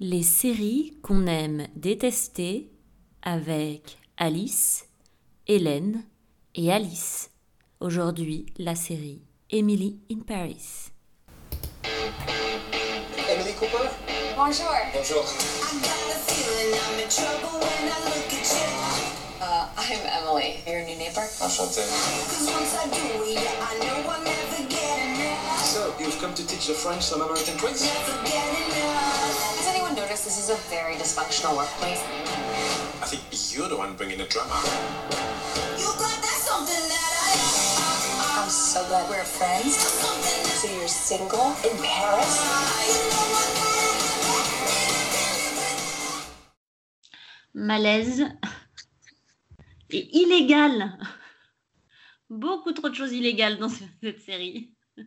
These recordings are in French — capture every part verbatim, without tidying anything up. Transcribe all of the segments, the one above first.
Les séries qu'on aime détester avec Alice, Hélène et Alice. Aujourd'hui, la série Emily in Paris. Emily Cooper? Bonjour. Bonjour. Uh, I'm Emily, your new neighbor. Enchanté. So, you've come to teach the French some American tricks? Has anyone noticed this is a very dysfunctional workplace? I think you're the one bringing the drama. I'm so glad we're friends. So you're single in Paris? Malaise et illégal. Beaucoup trop de choses illégales dans cette série.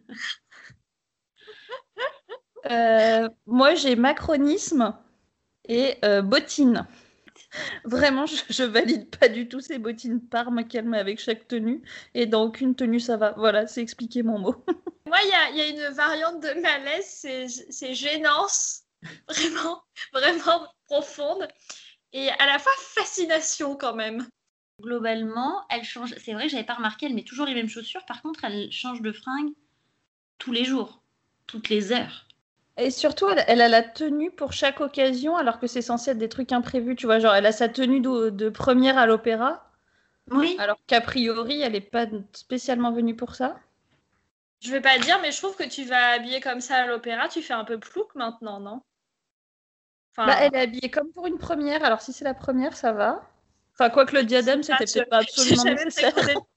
Euh, moi, j'ai macronisme et euh, bottines. Vraiment, je, je valide pas du tout ces bottines Parme qu'elle met avec chaque tenue. Et dans aucune tenue, ça va. Voilà, c'est expliquer mon mot. Moi, il y a, y a une variante de malaise, c'est, c'est gênance. Vraiment, vraiment profonde. Et à la fois fascination quand même. Globalement, elle change. C'est vrai, j'avais pas remarqué, elle met toujours les mêmes chaussures. Par contre, elle change de fringue tous les jours, toutes les heures. Et surtout, elle, elle a la tenue pour chaque occasion, alors que c'est censé être des trucs imprévus. Tu vois, genre, elle a sa tenue de, de première à l'opéra. Oui. Alors qu'a priori, elle n'est pas spécialement venue pour ça. Je vais pas dire, mais je trouve que tu vas habiller comme ça à l'opéra, tu fais un peu plouc maintenant, non? Enfin... Bah, elle est habillée comme pour une première. Alors si c'est la première, ça va. Enfin, quoique le diadème, c'était ah, peut-être pas absolument nécessaire.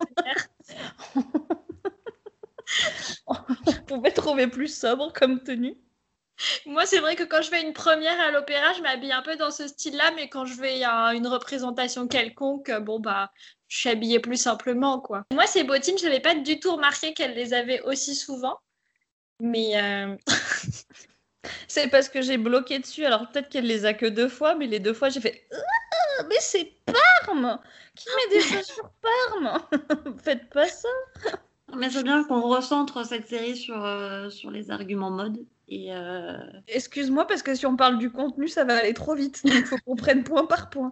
On pouvait trouver plus sobre comme tenue. Moi, c'est vrai que quand je fais une première à l'opéra, je m'habille un peu dans ce style-là, mais quand je vais à une représentation quelconque, bon, bah, je suis habillée plus simplement, quoi. Moi, ces bottines, je n'avais pas du tout remarqué qu'elle les avait aussi souvent, mais... Euh... c'est parce que j'ai bloqué dessus, alors peut-être qu'elle les a que deux fois, mais les deux fois, j'ai fait ah, mais c'est Parme! Qui met des chaussures Parme? Faites pas ça! Mais c'est bien qu'on recentre cette série sur, euh, sur les arguments mode. Et euh... Excuse-moi, parce que si on parle du contenu, ça va aller trop vite. Donc il faut qu'on prenne point par point.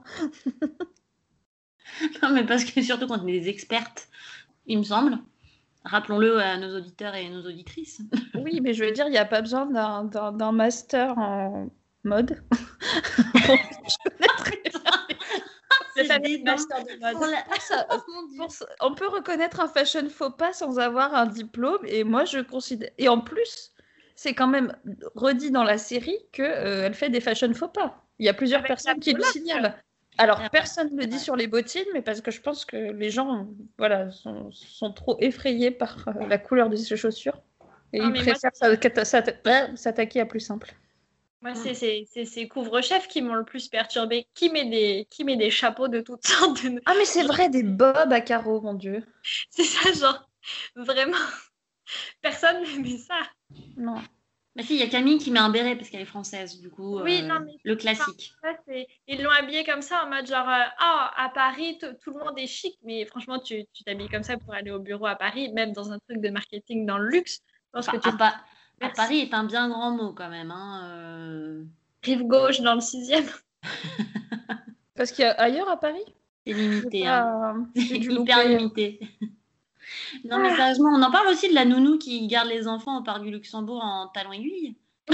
Non, mais parce que surtout quand on est des expertes, il me semble. Rappelons-le à nos auditeurs et nos auditrices. Oui, mais je veux dire, il n'y a pas besoin d'un, d'un, d'un master en mode. Je connaîtrais C'est des master de mode. Pour la... pour ça, pour ça, on peut reconnaître un fashion faux pas sans avoir un diplôme. Et moi, je considère... Et en plus, c'est quand même redit dans la série qu'elle euh, fait des fashion faux pas. Il y a plusieurs Avec personnes qui le signalent. Alors, ouais, personne ne le dit sur les bottines, mais parce que je pense que les gens voilà, sont, sont trop effrayés par euh, la couleur de ces chaussures. Et non, ils préfèrent moi, ça, s'attaquer à plus simple. Moi, c'est, c'est, c'est ces couvre-chefs qui m'ont le plus perturbée. Qui met des, qui met des chapeaux de toutes sortes de... Ah, mais c'est vrai, des bobs à carreaux, mon Dieu. C'est ça, genre, vraiment, personne n'aimait ça. Non. Bah si, il y a Camille qui met un béret parce qu'elle est française, du coup, oui, euh, non, mais le classique. Ça, c'est... Ils l'ont habillée comme ça en mode genre, ah, euh, oh, à Paris, t- tout le monde est chic, mais franchement, tu, tu t'habilles comme ça pour aller au bureau à Paris, même dans un truc de marketing dans le luxe. Je pense enfin, que tu... à, pa- à Paris est un bien grand mot quand même. Hein, euh... Rive gauche dans le sixième. Parce qu'il y a ailleurs à Paris? C'est limité. C'est, hein. c'est hyper loupé. limité. Non, mais sérieusement, on en parle aussi de la nounou qui garde les enfants au parc du Luxembourg en talons aiguilles.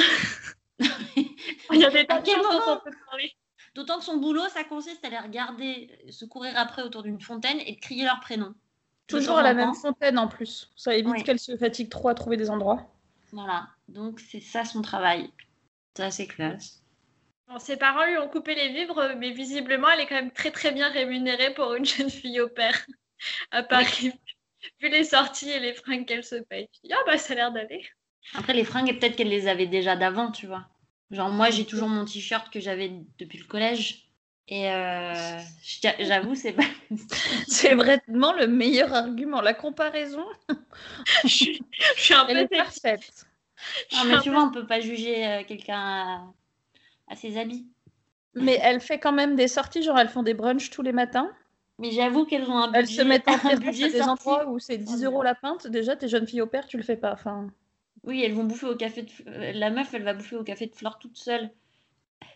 Il y a des tas de choses dont on peut parler. D'autant que son boulot, ça consiste à les regarder, se courir après autour d'une fontaine et de crier leur prénom. Toujours à la même fontaine en plus. Ça évite oui. qu'elle se fatigue trop à trouver des endroits. Voilà, donc c'est ça son travail. C'est assez classe. Bon, ses parents lui ont coupé les vivres, mais visiblement, elle est quand même très très bien rémunérée pour une jeune fille au père à Paris. Oui. Vu les sorties et les fringues qu'elle se paye. Je dis, ah bah ça a l'air d'aller. Après, les fringues, peut-être qu'elle les avait déjà d'avant, tu vois. Genre, moi, j'ai toujours mon t-shirt que j'avais depuis le collège. Et euh, j'avoue, c'est pas... c'est vraiment le meilleur argument. La comparaison, je, suis, je suis un elle peu est parfaite. Non, mais tu vois, on peut pas juger euh, quelqu'un à, à ses habits. Mais elle fait quand même des sorties, genre elles font des brunchs tous les matins. Mais j'avoue qu'elles ont un budget. Elles se mettent en un budget des endroits où c'est dix euros la pinte. Déjà, t'es jeune fille au père, tu le fais pas. Enfin... Oui, elles vont bouffer au café de... La meuf, elle va bouffer au café de Flore toute seule.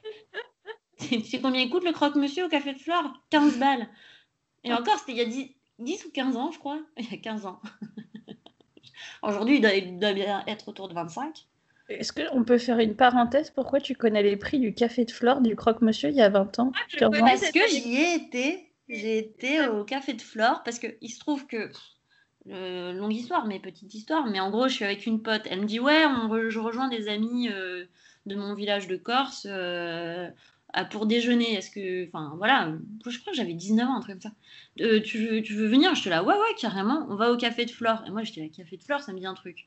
Tu sais combien il coûte le croque-monsieur au Café de Flore ? quinze balles. Et encore, c'était il y a dix, dix ou quinze ans, je crois. Il y a quinze ans. Aujourd'hui, il doit, il doit bien être autour de vingt-cinq. Est-ce qu'on peut faire une parenthèse? Pourquoi tu connais les prix du Café de Flore, du croque-monsieur, il y a vingt ans? Ah, je quinze ans? connais. Parce que j'y ai été. J'ai été au Café de Flore parce qu'il se trouve que, euh, longue histoire, mais petite histoire, mais en gros, je suis avec une pote. Elle me dit, ouais, on re- je rejoins des amis euh, de mon village de Corse euh, à- pour déjeuner. Est-ce que, enfin, voilà, je crois que j'avais dix-neuf ans, un truc comme ça. Euh, tu veux, tu veux venir? J'étais là, ouais, ouais, carrément, on va au Café de Flore. Et moi, j'étais là, Café de Flore, ça me dit un truc.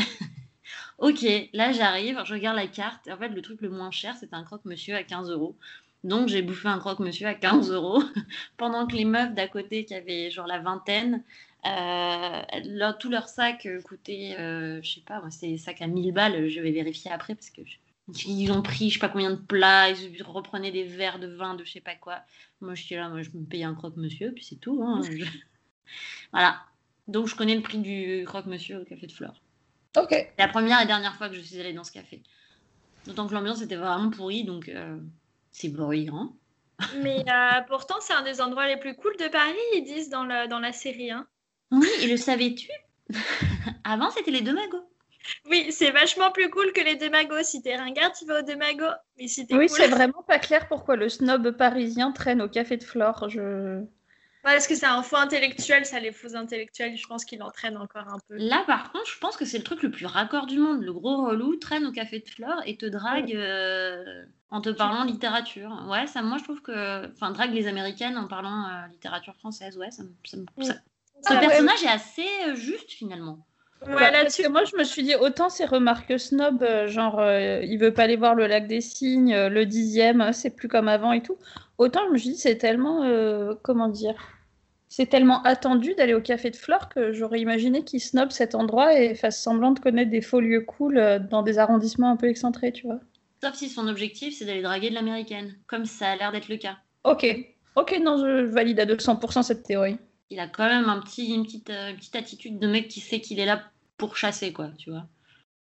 Ok, là j'arrive, je regarde la carte. Et en fait, le truc le moins cher, c'était un croque-monsieur à quinze euros. Donc, j'ai bouffé un croque-monsieur à quinze euros. Pendant que les meufs d'à côté, qui avaient genre la vingtaine, euh, leur- tous leurs sacs euh, coûtaient, euh, je sais pas, moi, c'était des sacs à mille balles. Je vais vérifier après parce que je- ils ont pris je sais pas combien de plats, ils reprenaient des verres de vin de je sais pas quoi. Moi, j'étais là, moi, je me payais un croque-monsieur, puis c'est tout. Hein. Je- Voilà. Donc, je connais le prix du croque-monsieur au Café de Flore. Ok. C'est la première et dernière fois que je suis allée dans ce café. D'autant que l'ambiance était vraiment pourrie, donc euh, c'est bruyant. Mais euh, pourtant, c'est un des endroits les plus cool de Paris, ils disent dans, le, dans la série. Hein. Oui, et le savais-tu? Avant, c'était les deux magots. Oui, c'est vachement plus cool que les deux magots. Si t'es ringard, tu vas aux deux magots. Mais si t'es Oui, cool... c'est vraiment pas clair pourquoi le snob parisien traîne au Café de Flore. Je... Ouais, parce que c'est un faux intellectuel, ça, les faux intellectuels, je pense qu'il entraîne encore un peu. Là, par contre, je pense que c'est le truc le plus raccord du monde. Le gros relou traîne au Café de Flore et te drague euh, en te parlant littérature. Ouais, ça, moi, je trouve que... Enfin, drague les Américaines en parlant euh, littérature française. Ouais, ça, me- ça, me- ça- Ce Ah ouais, personnage est assez euh, juste, finalement. Ouais, Bah, parce là-dessus, que moi, je me suis dit, autant ces remarques snob, euh, genre, euh, il veut pas aller voir le lac des Cygnes, euh, le dixième, euh, c'est plus comme avant et tout. Autant, je me suis dit, c'est tellement, euh, comment dire, c'est tellement attendu d'aller au Café de Flore que j'aurais imaginé qu'il snob cet endroit et fasse semblant de connaître des faux lieux cool euh, dans des arrondissements un peu excentrés, tu vois. Sauf si son objectif, c'est d'aller draguer de l'américaine, comme ça a l'air d'être le cas. Ok, ok, non, je valide à deux cents pour cent cette théorie. Il a quand même un petit, une, petite, euh, une petite attitude de mec qui sait qu'il est là pour chasser, quoi, tu vois.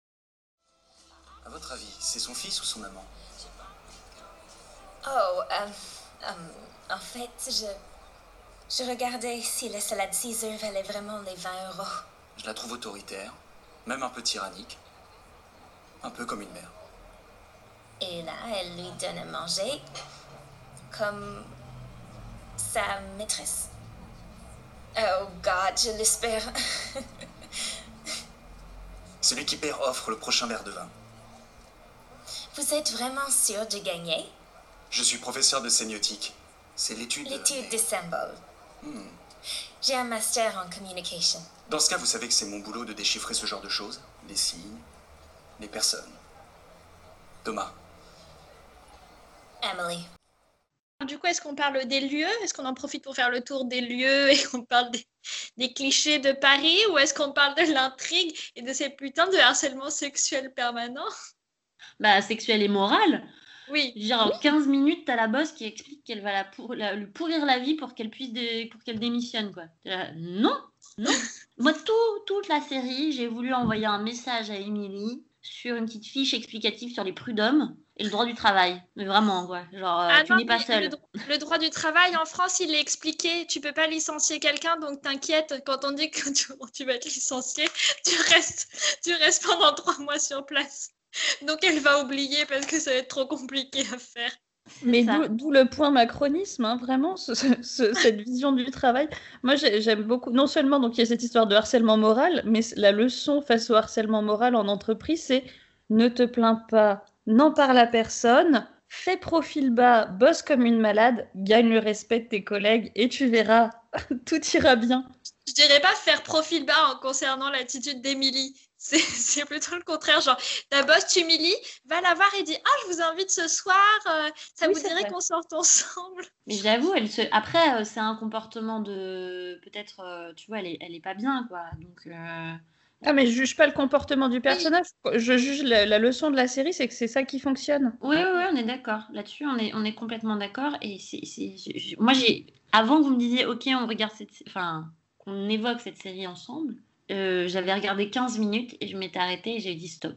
À votre avis, c'est son fils ou son amant? Oh, euh, euh, en fait, je, je regardais si la salade Caesar valait vraiment les vingt euros. Je la trouve autoritaire, même un peu tyrannique. Un peu comme une mère. Et là, elle lui donne à manger comme sa maîtresse. Oh God, je l'espère. Celui qui perd offre le prochain verre de vin. Vous êtes vraiment sûr de gagner? Je suis professeur de sémiotique. C'est l'étude... L'étude des symboles. Hmm. J'ai un master en communication. Dans ce cas, vous savez que c'est mon boulot de déchiffrer ce genre de choses. Les signes, les personnes. Thomas. Emily. du coup, est-ce qu'on parle des lieux? Est-ce qu'on en profite pour faire le tour des lieux et qu'on parle des, des clichés de Paris? Ou est-ce qu'on parle de l'intrigue et de ces putains de harcèlement sexuel permanent? Bah, sexuel et moral. Oui. Je veux dire, en quinze minutes, t'as la boss qui explique qu'elle va la pour- la- lui pourrir la vie pour qu'elle puisse dé- pour qu'elle démissionne, quoi. T'es là, non, non. Moi, tout- toute la série, j'ai voulu envoyer un message à Émilie sur une petite fiche explicative sur les prud'hommes et le droit du travail. Mais vraiment, quoi. Genre, euh, Ah tu non, n'es pas mais seule. Le, dro- le droit du travail en France, il est expliqué. Tu peux pas licencier quelqu'un, donc t'inquiète. Quand on dit que tu, tu vas être licencié, tu restes, tu restes pendant trois mois sur place. Donc elle va oublier parce que ça va être trop compliqué à faire. Mais ça. d'où d'où le point macronisme, hein, vraiment, ce- ce- ce- cette vision du travail. Moi, j'ai- j'aime beaucoup, non seulement donc il y a cette histoire de harcèlement moral, mais c- la leçon face au harcèlement moral en entreprise, c'est ne te plains pas, n'en parle à personne, fais profil bas, bosse comme une malade, gagne le respect de tes collègues et tu verras, tout ira bien. Je dirais pas faire profil bas en concernant l'attitude d'Émilie. C'est, c'est plutôt le contraire. Genre, ta boss t'humilie, va la voir et dis « Ah, je vous invite ce soir, euh, ça Oui, vous c'est dirait vrai. qu'on sorte ensemble ?» Mais j'avoue, elle se... après, euh, c'est un comportement de. Peut-être, euh, tu vois, elle est, elle est pas bien, quoi. Donc. euh, Ah, mais je juge pas le comportement du personnage, je juge la, la leçon de la série, c'est que c'est ça qui fonctionne. Oui, oui, oui, on est d'accord. Là-dessus, on est, on est complètement d'accord. Et c'est, c'est, je- je- moi, j'ai, avant que vous me disiez, OK, on regarde cette, sé- enfin, qu'on évoque cette série ensemble, euh, j'avais regardé quinze minutes et je m'étais arrêtée et j'ai dit stop.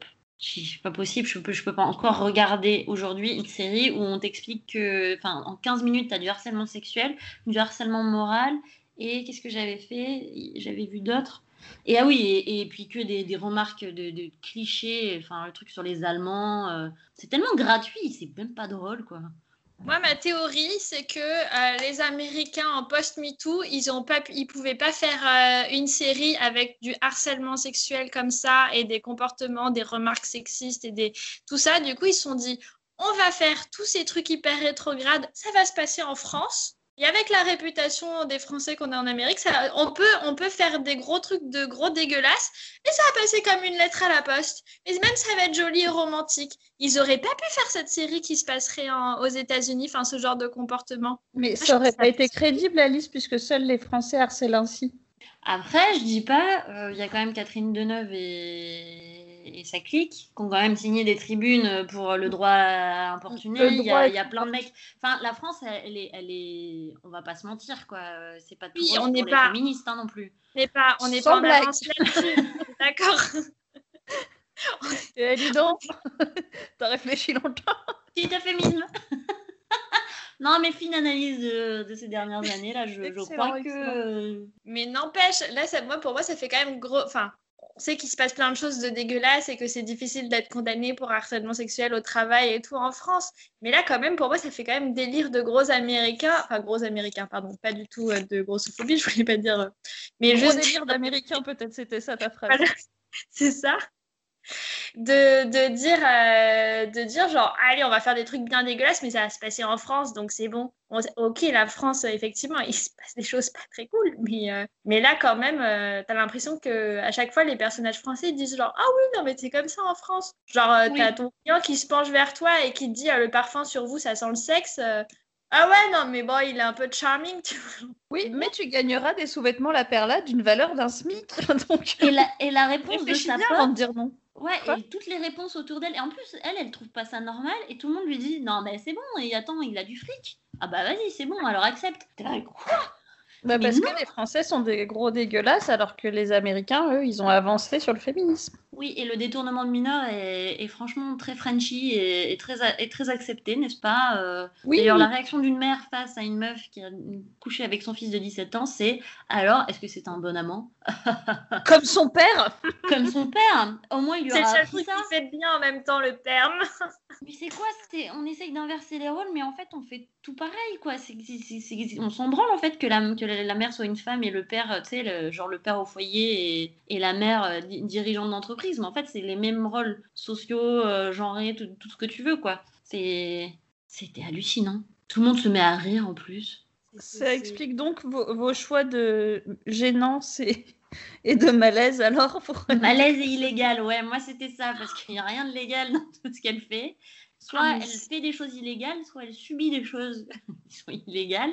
C'est pas possible, je peux, je peux pas encore regarder aujourd'hui une série où on t'explique que, enfin, en quinze minutes, t'as du harcèlement sexuel, du harcèlement moral, et qu'est-ce que j'avais fait? J'avais vu d'autres. Et ah oui, et, et puis que des, des remarques de, de clichés, enfin, le truc sur les Allemands, euh, c'est tellement gratuit, c'est même pas drôle, quoi. Moi, ma théorie, c'est que euh, les Américains en post-MeToo, ils ont pas, ils pouvaient pas faire euh, une série avec du harcèlement sexuel comme ça et des comportements, des remarques sexistes et des tout ça. Du coup, ils se sont dit, on va faire tous ces trucs hyper rétrogrades. Ça va se passer en France. Et avec la réputation des Français qu'on a en Amérique, ça, on peut, on peut faire des gros trucs de gros dégueulasses, mais ça va passer comme une lettre à la poste. Et même ça va être joli et romantique. Ils auraient pas pu faire cette série qui se passerait en, aux États-Unis, enfin ce genre de comportement. Mais ça aurait pas été crédible, Alice, puisque seuls les Français harcèlent ainsi. Après, je dis pas, il euh, y a quand même Catherine Deneuve et, et sa clique qui ont quand même signé des tribunes pour le droit à importuner. Il y, a, y a plein de mecs. Enfin, la France, elle est, elle est, on va pas se mentir, quoi. C'est pas tout oui, rose on pour n'est les pas féministes hein, non plus. On n'est pas, on n'est Sans pas en blague. avance là-dessus, d'accord. Et dis donc, t'as réfléchi longtemps. Qui t'a féminisme? Non, mais fine analyse de, de ces dernières années, là, je, je crois que... Mais n'empêche, là, ça, moi, pour moi, ça fait quand même gros... Enfin, on sait qu'il se passe plein de choses de dégueulasses et que c'est difficile d'être condamné pour harcèlement sexuel au travail et tout en France. Mais là, quand même, pour moi, ça fait quand même délire de gros Américains... Enfin, gros Américains, pardon, pas du tout euh, de grossophobie, je voulais pas dire... Euh, mais gros juste délire d'Américains, peut-être, c'était ça ta phrase. Voilà, c'est ça. De, de, dire, euh, de dire genre allez on va faire des trucs bien dégueulasses mais ça va se passer en France donc c'est bon. On, ok la France effectivement il se passe des choses pas très cool mais, euh, mais là quand même euh, t'as l'impression que à chaque fois les personnages français disent genre ah oui non mais c'est comme ça en France genre euh, Oui. t'as ton client qui se penche vers toi et qui te dit euh, le parfum sur vous ça sent le sexe euh, ah ouais non mais bon il est un peu charming tu vois. Oui mais tu gagneras des sous-vêtements La Perla d'une valeur d'un SMIC donc et la, et la réponse de sa bien pote avant de dire non. Ouais, Quoi et toutes les réponses autour d'elle. Et en plus, elle, elle trouve pas ça normal. Et tout le monde lui dit non, mais c'est bon. Et attends, il a du fric. Ah bah vas-y, c'est bon, alors accepte. T'es là, quoi? Bah Mais parce non. que les Français sont des gros dégueulasses alors que les Américains, eux, ils ont avancé sur le féminisme. Oui, et le détournement de mineurs est, est franchement très Frenchy et, et, très, et très accepté, n'est-ce pas euh, Oui, D'ailleurs, oui. la réaction d'une mère face à une meuf qui a couché avec son fils de dix-sept ans, c'est alors, est-ce que c'est un bon amant? Comme son père. Comme son père. Au moins, il lui C'est le aura seul appris truc ça. qui fait bien en même temps le terme. Mais c'est quoi c'est... On essaye d'inverser les rôles, mais en fait, on fait tout pareil, quoi. C'est, c'est, c'est, c'est... On s'en branle, en fait, que la, que la, la mère soit une femme et le père, tu sais, le, genre le père au foyer et, et la mère euh, di- dirigeante d'entreprise. Mais en fait, c'est les mêmes rôles sociaux, euh, genrés, tout, tout ce que tu veux, quoi. C'est... C'était hallucinant. Tout le monde se met à rire, en plus. Ça explique donc vos, vos choix de gênance et, et de malaise, alors pour... Malaise et illégal, ouais, moi c'était ça, parce qu'il n'y a rien de légal dans tout ce qu'elle fait. Soit Ah, mais elle c'est- fait des choses illégales, soit elle subit des choses qui sont illégales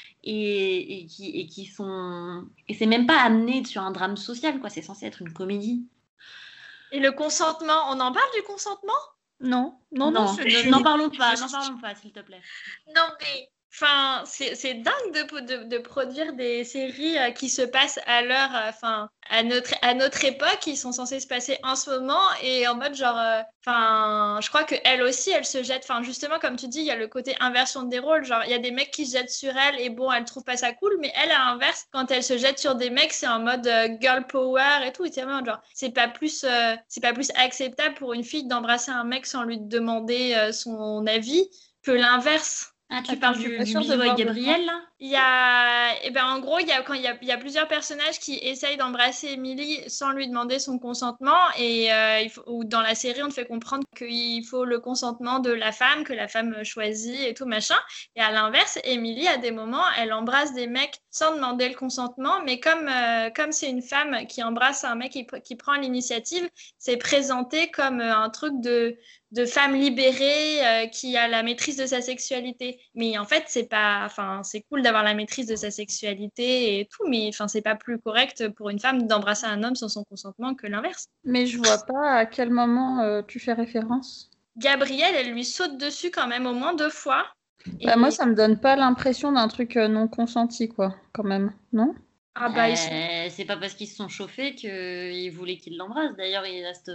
et, et, qui, et qui sont... Et c'est même pas amené sur un drame social, quoi, c'est censé être une comédie. Et le consentement, on en parle du consentement? Non, non, non, non, je- ne- je- n'en parlons pas, n'en parlons pas, s'il te plaît. Non, mais enfin, c'est, c'est dingue de, de, de produire des séries euh, qui se passent à l'heure, euh, enfin, à notre, à notre époque, qui sont censées se passer en ce moment, et en mode genre, euh, enfin, je crois qu'elle aussi, elle se jette, enfin, justement, comme tu dis, il y a le côté inversion des rôles, genre, il y a des mecs qui se jettent sur elle, et bon, elle trouve pas ça cool, mais elle, à l'inverse, quand elle se jette sur des mecs, c'est en mode euh, girl power et tout, et c'est vraiment genre, c'est pas plus, euh, c'est pas plus acceptable pour une fille d'embrasser un mec sans lui demander euh, son avis que l'inverse. Ah, tu Attends, parles je suis du, pas du sûre de bisou voir avec de Gabriel, là? Il y a, eh ben en gros, il y a quand il y a, il y a plusieurs personnages qui essayent d'embrasser Emily sans lui demander son consentement et euh, il faut, ou dans la série on te fait comprendre qu'il faut le consentement de la femme, que la femme choisit et tout machin. Et à l'inverse, Emily à des moments, elle embrasse des mecs sans demander le consentement, mais comme euh, comme c'est une femme qui embrasse un mec qui, qui prend l'initiative, c'est présenté comme euh, un truc de de femme libérée euh, qui a la maîtrise de sa sexualité. Mais en fait, c'est pas, enfin, c'est cool d'avoir la maîtrise de sa sexualité et tout, mais enfin, c'est pas plus correct pour une femme d'embrasser un homme sans son consentement que l'inverse. Mais je vois pas à quel moment euh, tu fais référence. Gabrielle, elle lui saute dessus quand même au moins deux fois. Et... Bah, moi, ça me donne pas l'impression d'un truc euh, non consenti, quoi, quand même, non? Ah bah, ils sont... Euh, c'est pas parce qu'ils se sont chauffés qu'ils voulaient qu'il l'embrasse. D'ailleurs, il reste.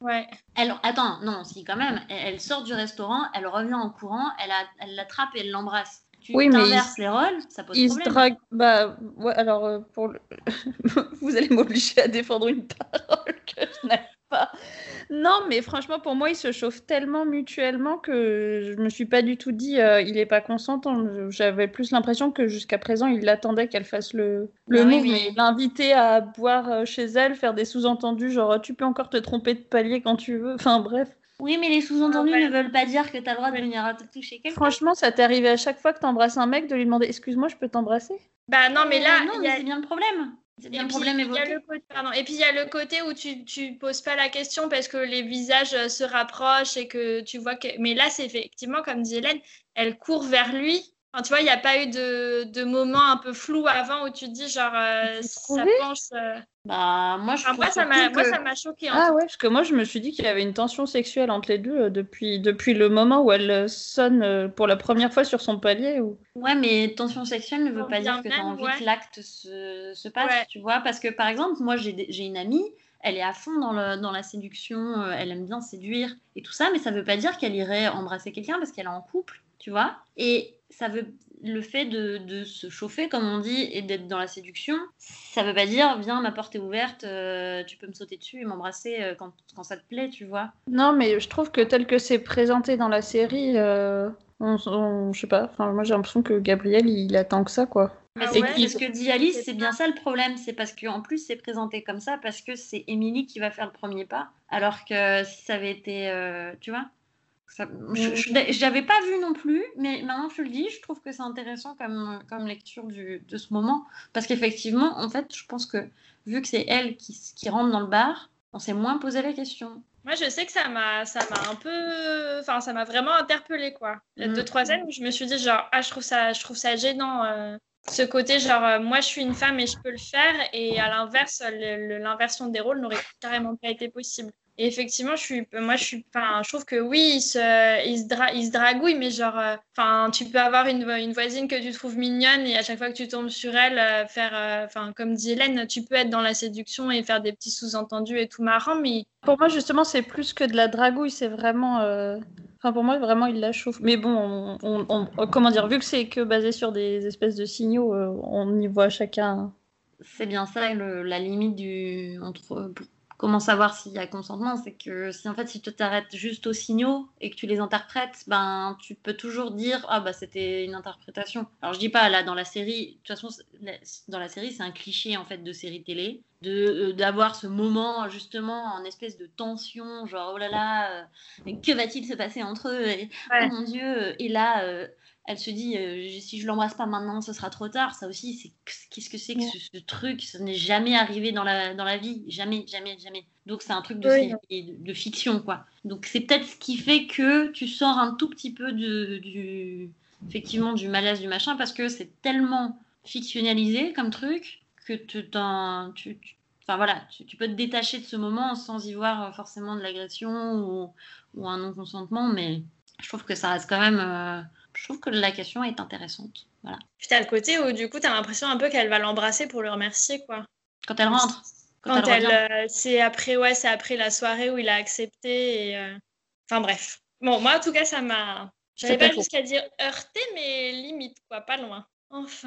Ouais. Elle, attends, non, si quand même, elle, elle sort du restaurant, elle revient en courant, elle, a, elle l'attrape et elle l'embrasse. Tu Oui, mais t'inverses il- les rôles, ça pose Il se problème. drague. Bah, ouais, alors, euh, pour le... vous allez m'obliger à défendre une parole que je n'aime pas. Non, mais franchement, pour moi, ils se chauffent tellement mutuellement que je me suis pas du tout dit euh, il est pas consentant. J'avais plus l'impression que jusqu'à présent, il attendait qu'elle fasse le, le Bah oui, move, mais mais- l'inviter à boire euh, chez elle, faire des sous-entendus, genre tu peux encore te tromper de palier quand tu veux. Enfin, bref. Oui, mais les sous-entendus Ah ouais. ne veulent pas dire que tu as le droit de venir à toucher quelqu'un. Franchement, ça t'est arrivé à chaque fois que t'embrasses un mec de lui demander excuse-moi, je peux t'embrasser? Bah non, mais là, Euh, non, il y mais a... c'est bien le problème. C'est Et bien le puis, problème il y a évoqué. le côté, pardon. Et puis il y a le côté où tu tu poses pas la question parce que les visages euh, se rapprochent et que tu vois que. Mais là, c'est effectivement, comme dit Hélène, elle court vers lui. Enfin, tu vois, il n'y a pas eu de, de moment un peu flou avant où tu te dis genre euh, Vous ça trouvez penche. euh. Bah, moi, je Enfin, trouve moi, ça surtout m'a que... moi, ça m'a choqué en Ah tout ouais, parce que moi je me suis dit qu'il y avait une tension sexuelle entre les deux euh, depuis, depuis le moment où elle euh, sonne euh, pour la première fois sur son palier. Ou... Ouais, mais tension sexuelle ne veut Quand pas bien dire que tu as même, envie ouais. que l'acte se, se passe, Ouais. tu vois. Parce que, par exemple, moi, j'ai des- j'ai une amie, elle est à fond dans, le, dans la séduction, euh, elle aime bien séduire et tout ça, mais ça veut pas dire qu'elle irait embrasser quelqu'un parce qu'elle est en couple, tu vois. Et ça veut... Le fait de, de se chauffer, comme on dit, et d'être dans la séduction, ça veut pas dire, viens, ma porte est ouverte, euh, tu peux me sauter dessus et m'embrasser euh, quand, quand ça te plaît, tu vois. Non, mais je trouve que tel que c'est présenté dans la série, euh, on, on- je sais pas, enfin, moi j'ai l'impression que Gabriel il attend que ça quoi. Mais Ah c'est ouais, c'est ce que dit Alice, c'est c'est bien ça le problème. C'est parce qu'en plus, c'est présenté comme ça, parce que c'est Émilie qui va faire le premier pas. Alors que si ça avait été. euh, tu vois ça, je, je- j'avais pas vu non plus, mais maintenant que je le dis, je trouve que c'est intéressant comme, comme lecture du, de ce moment. Parce qu'effectivement, en fait, je pense que vu que c'est elle qui, qui rentre dans le bar, on s'est moins posé la question. Moi, je sais que ça m'a, ça m'a un peu, enfin, ça m'a vraiment interpellée, quoi. Il y a Mm. deux, trois scènes où je me suis dit, genre, ah, je trouve ça, je trouve ça gênant, euh, ce côté, genre, euh, moi, je suis une femme et je peux le faire, et à l'inverse, le- le- l'inversion des rôles n'aurait carrément pas été possible. Et effectivement, je suis, moi, je suis, enfin, je trouve que oui, il se, il se, dra- il se dragouille, mais genre, euh, enfin, tu peux avoir une, une voisine que tu trouves mignonne et à chaque fois que tu tombes sur elle, euh, faire, euh, enfin, comme dit Hélène, tu peux être dans la séduction et faire des petits sous-entendus et tout marrant, mais Pour moi justement c'est plus que de la dragouille, c'est vraiment, euh, enfin pour moi vraiment il la chauffe. Mais bon, on, on- on- comment dire, vu que c'est que basé sur des espèces de signaux, euh, on y voit chacun. C'est bien ça le- la limite du entre pour- comment savoir s'il y a consentement, c'est que si en fait si tu t'arrêtes juste aux signaux et que tu les interprètes, ben tu peux toujours dire ah bah c'était une interprétation. Alors je dis pas là dans la série, de toute façon c'est- la- dans la série c'est un cliché en fait de série télé de euh, d'avoir ce moment justement en espèce de tension genre oh là là euh, mais que va-t-il se passer entre eux et, Ouais. oh mon Dieu euh, et là euh, elle se dit euh, si je l'embrasse pas maintenant ce sera trop tard. Ça aussi c'est qu'est-ce que c'est que ce, ce truc, ça n'est jamais arrivé dans la dans la vie, jamais jamais jamais. Donc c'est un truc de, Oui. série- de, de fiction quoi. Donc c'est peut-être ce qui fait que tu sors un tout petit peu de, du effectivement du malaise du machin parce que c'est tellement fictionnalisé comme truc que tu t'en tu, tu- enfin voilà tu, tu peux te détacher de ce moment sans y voir forcément de l'agression ou, ou un non consentement, mais je trouve que ça reste quand même euh, je trouve que la question est intéressante. Voilà. puis t'as le côté où du coup t'as l'impression un peu qu'elle va l'embrasser pour le remercier, quoi. Quand elle rentre, quand, Quand elle, elle, revient. euh, c'est après, ouais, c'est après la soirée où il a accepté. Et, euh, enfin bref. Bon, moi en tout cas, ça m'a. J'avais C'est pas pas faux. jusqu'à dire heurté, mais limite, quoi, pas loin. Enfin.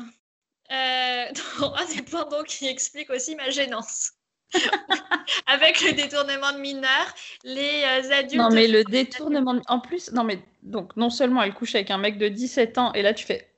Euh, un des points donc qui explique aussi ma gênance. Avec le détournement de mineurs, les euh, adultes. Non mais le détournement, de- en plus, non mais donc non seulement elle couche avec un mec de dix-sept ans et là tu fais,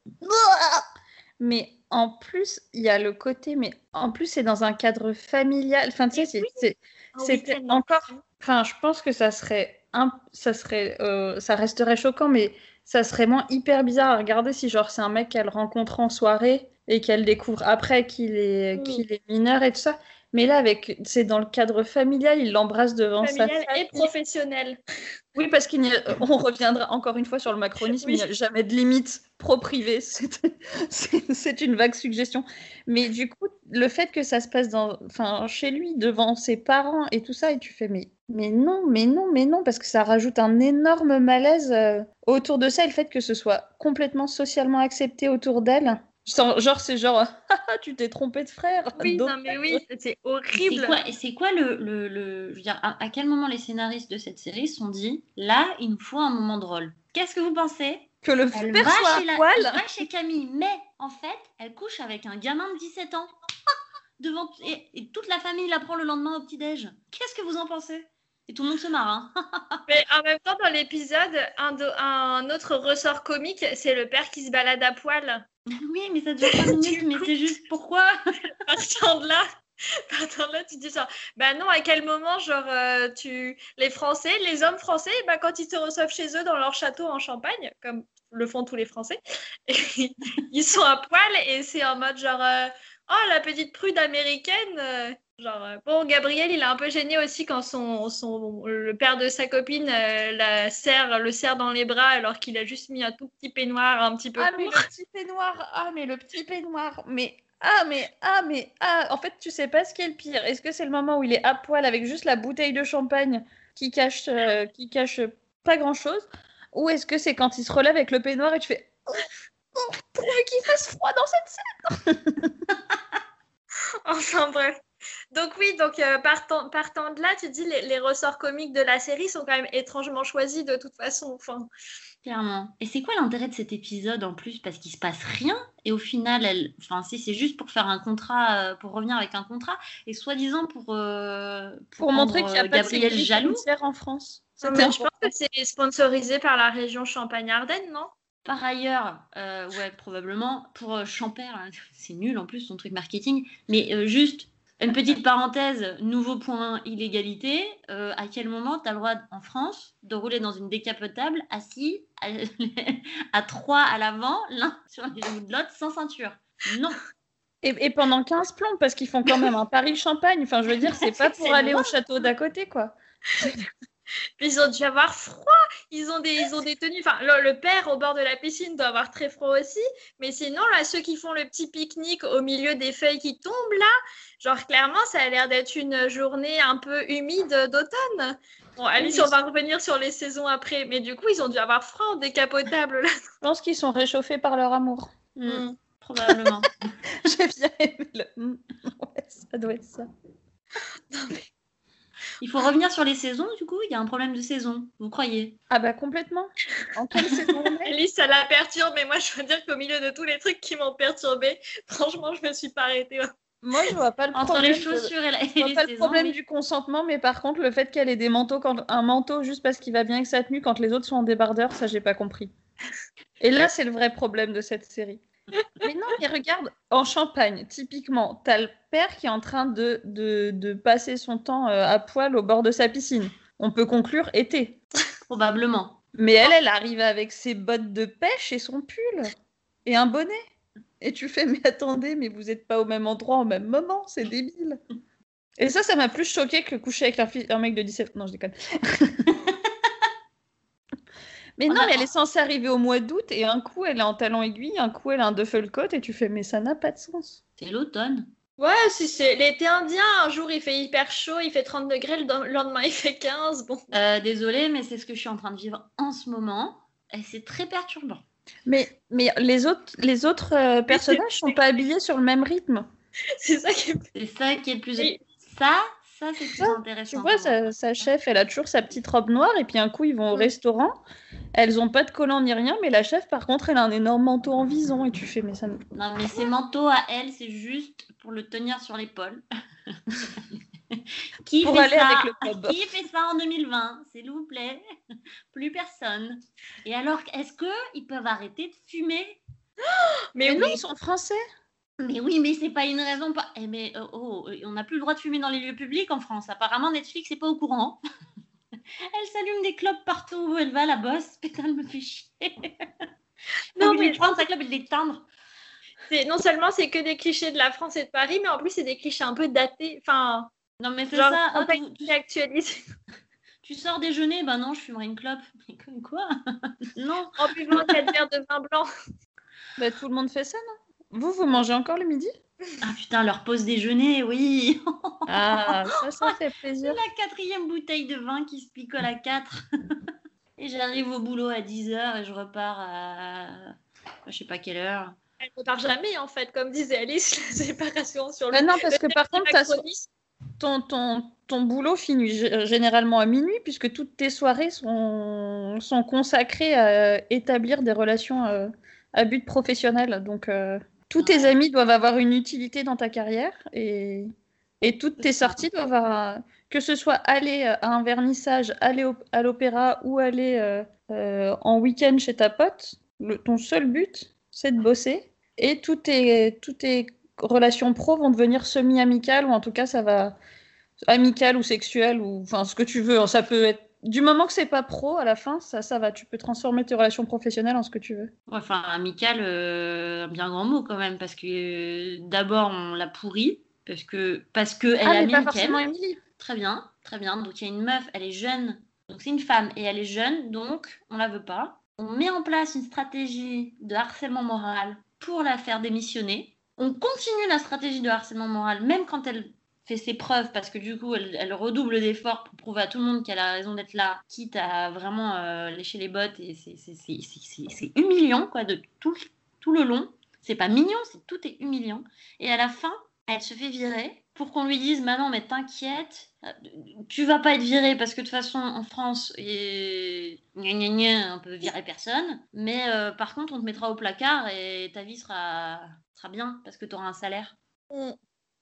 mais en plus il y a le côté, mais en plus c'est dans un cadre familial. Enfin tu sais, c'est- c'est un c'était week-end, encore. Enfin, je pense que ça serait, un... ça serait, euh, ça resterait choquant, mais ça serait moins hyper bizarre à regarder si genre c'est un mec qu'elle rencontre en soirée et qu'elle découvre après qu'il est, Oui. qu'il est mineur et tout ça. Mais là, avec, c'est dans le cadre familial, il l'embrasse devant familial sa et famille. professionnel. Oui, parce qu'il n'y a- on reviendra encore une fois sur le macronisme, Oui. il n'y a jamais de limite pro-privé, c'est c'est- c'est une vague suggestion. Mais du coup, le fait que ça se passe dans, enfin, chez lui, devant ses parents et tout ça, et tu fais, mais, mais non, mais non, mais non, parce que ça rajoute un énorme malaise euh, autour de ça, et le fait que ce soit complètement socialement accepté autour d'elle. Genre, genre, c'est genre, ah, tu t'es trompé de frère. Oui, Donc, non, mais oui, c'est C'est horrible. quoi, et c'est quoi le, le, le- je veux dire, à, à quel moment les scénaristes de cette série se sont dit, là, il nous faut un moment drôle. Qu'est-ce que vous pensez? que le Elle père va, soit chez à la- poil. elle va chez Camille, mais en fait, elle couche avec un gamin de dix-sept ans. Devant, et, et toute la famille l'apprend le lendemain au petit-déj. Qu'est-ce que vous en pensez? Et tout le monde se marre, hein. Mais en même temps, dans l'épisode, un, do- un autre ressort comique, c'est le père qui se balade à poil. Oui, mais ça dure cinq minutes, mais c'est juste pourquoi? Partant de là, partant de là, tu te dis genre, bah non, à quel moment, genre, euh, tu, les Français, les hommes français, bah quand ils se reçoivent chez eux dans leur château en Champagne, comme le font tous les Français, et ils sont à poil et c'est en mode genre, euh, oh la petite prude américaine. euh, Genre, euh, bon, Gabriel, il est un peu gêné aussi quand son, son, le père de sa copine euh, la serre, le serre dans les bras alors qu'il a juste mis un tout petit peignoir un petit peu Ah, court. mais le petit peignoir. Ah, mais le petit peignoir. Mais, ah, mais, ah, mais, ah. En fait, tu sais pas ce qui est le pire. Est-ce que c'est le moment où il est à poil avec juste la bouteille de champagne qui cache, euh, qui cache pas grand-chose? Ou est-ce que c'est quand il se relève avec le peignoir et tu fais, oh, oh, pourvu qu'il fasse froid dans cette scène? Enfin bref. Donc oui, donc euh, partant, partant de là, tu te dis les, les ressorts comiques de la série sont quand même étrangement choisis de toute façon. Enfin, Clairement. Et c'est quoi l'intérêt de cet épisode en plus? Parce qu'il se passe rien. Et au final, elle... enfin, si c'est juste pour faire un contrat, euh, pour revenir avec un contrat, et soi-disant pour, euh, pour, Pour montrer rendre, qu'il n'y a euh, pas de Gabriel sécurité jaloux. routière en France. non, C'était mais je pense que c'est sponsorisé par la région Champagne-Ardenne, non? Par ailleurs, euh, ouais, probablement, pour euh, Champère, là, c'est nul en plus son truc marketing, mais euh, juste une petite parenthèse, nouveau point illégalité, euh, à quel moment tu as le droit en France de rouler dans une décapotable assis à, à trois à l'avant, l'un sur les roues de l'autre, sans ceinture? Non. Et, et pendant quinze plombs, parce qu'ils font quand même un Paris-Champagne. Enfin, je veux dire, c'est pas pour C'est aller loin. au château d'à côté, quoi. Ils ont dû avoir froid. Ils ont des, ils ont des tenues. Enfin, le, le père au bord de la piscine doit avoir très froid aussi. Mais sinon, là, ceux qui font le petit pique-nique au milieu des feuilles qui tombent, là, genre, clairement, ça a l'air d'être une journée un peu humide d'automne. Bon, Alice, Oui. on va revenir sur les saisons après. Mais du coup, ils ont dû avoir froid en décapotable, là. Je pense qu'ils sont réchauffés par leur amour. Mm, Mm. Probablement. J'ai bien aimé le. Mm. Ouais, ça doit être ça. Il faut revenir sur les saisons, du coup, il y a un problème de saison, vous croyez? Ah bah complètement. En quelle saison on est? Alice, ça la perturbe. Mais moi, je veux dire qu'au milieu de tous les trucs qui m'ont perturbée, franchement, je me suis pas arrêtée. Moi, je vois pas le Entre problème. les chaussures et, la, et Je vois les pas le saisons, problème oui. du consentement, mais par contre, le fait qu'elle ait des manteaux, quand... un manteau juste parce qu'il va bien avec sa tenue quand les autres sont en débardeur, ça, j'ai pas compris. Et là, c'est le vrai problème de cette série. Mais non, mais regarde, en Champagne, typiquement, t'as le père qui est en train de, de, de passer son temps euh, à poil au bord de sa piscine. On peut conclure été. Probablement. Mais elle, elle arrive avec ses bottes de pêche et son pull. Et un bonnet. Et tu fais, mais attendez, mais vous n'êtes pas au même endroit au même moment, c'est débile. Et ça, ça m'a plus choqué que coucher avec un, fille- un mec de dix-sept ans. Non, je déconne. Mais On non, a- mais elle est censée arriver au mois d'août et un coup, elle est en talon aiguille, un coup, elle a un duffel coat et tu fais, mais ça n'a pas de sens. C'est l'automne. Ouais, si c'est l'été indien, un jour il fait hyper chaud, il fait trente degrés, le do- le lendemain il fait quinze. Bon. Euh, désolée, mais c'est ce que je suis en train de vivre en ce moment. Et c'est très perturbant. Mais, mais les autres, les autres euh, personnages sont pas habillés sur le même rythme. C'est ça qui est. C'est ça qui est le plus. Oui. Ça, ça c'est plus Ça, intéressant. Tu vois, pour moi. sa, sa chef, elle a toujours sa petite robe noire et puis un coup, ils vont au Mm. restaurant. Elles ont pas de collant ni rien, mais la chef, par contre, elle a un énorme manteau en vison et tu fais, mais ça me... Non, mais ces manteaux à elle, c'est juste pour le tenir sur l'épaule. Qui Pour fait aller ça avec le pub. Qui fait ça en deux mille vingt, s'il vous plaît? Plus personne. Et alors, est-ce que ils peuvent arrêter de fumer? Mais Mais non, oui. ils sont français. Mais oui, mais c'est pas une raison. Pas... Eh mais euh, oh, euh, on n'a plus le droit de fumer dans les lieux publics en France. Apparemment, Netflix n'est pas au courant. Elle s'allume des clopes partout où elle va, la bosse. Putain, elle me fait chier. Non, Non, mais mais prendre sa clope et l'éteindre. c'est- non seulement c'est que des clichés de la France et de Paris, mais en plus c'est des clichés un peu datés. Enfin, Non, mais c'est genre, ça. un Oh, peu tu, tu- actualisé. tu sors déjeuner, ben non, je fumerai une clope. Mais comme quoi? Non. En buvant quatre verres de vin blanc. Bah, tout le monde fait ça, non? Vous, vous mangez encore le midi? Ah putain, leur pause déjeuner, oui. Ah, ça, ça fait C'est plaisir. la quatrième bouteille de vin qui se picole à quatre. Et j'arrive au boulot à dix heures et je repars à je sais pas quelle heure. Elle ne part jamais, en fait, comme disait Alice, la séparation sur le. Mais non, parce le que par contre, t'as so- anachronisme. ton, ton, ton boulot finit g- généralement à minuit, puisque toutes tes soirées sont, sont consacrées à établir des relations euh, à but professionnel. Donc, euh, tous tes Ouais. amis doivent avoir une utilité dans ta carrière et, et toutes tes C'est ça. sorties doivent avoir, que ce soit aller à un vernissage, aller au- à l'opéra ou aller euh, euh, en week-end chez ta pote. Le- ton seul but, c'est de bosser. Et toutes tes, toutes tes relations pro vont devenir semi-amicales, ou en tout cas, ça va amicales ou sexuelles, ou enfin ce que tu veux. Ça peut être. Du moment que c'est pas pro, à la fin, ça, ça va. Tu peux transformer tes relations professionnelles en ce que tu veux. Ouais, enfin, amical, euh, un bien grand mot quand même, parce que euh, d'abord on l'a pourri, parce que parce que elle ah, a mais mis pas Mickaël. forcément Émilie. Très bien, très bien. Donc il y a une meuf, elle est jeune, donc c'est une femme et elle est jeune, donc on la veut pas. On met en place une stratégie de harcèlement moral pour la faire démissionner. On continue la stratégie de harcèlement moral même quand elle fait ses preuves, parce que du coup elle, elle redouble d'efforts pour prouver à tout le monde qu'elle a raison d'être là, quitte à vraiment euh, lécher les bottes, et c'est, c'est, c'est, c'est, c'est, c'est humiliant quoi, de tout, tout le long. C'est pas mignon, c'est, tout est humiliant. Et à la fin, elle se fait virer pour qu'on lui dise bah non mais t'inquiète, tu vas pas être virée parce que de toute façon en France et gna gna gna, on peut virer personne, mais euh, par contre on te mettra au placard et ta vie sera, sera bien parce que tu auras un salaire. Mm.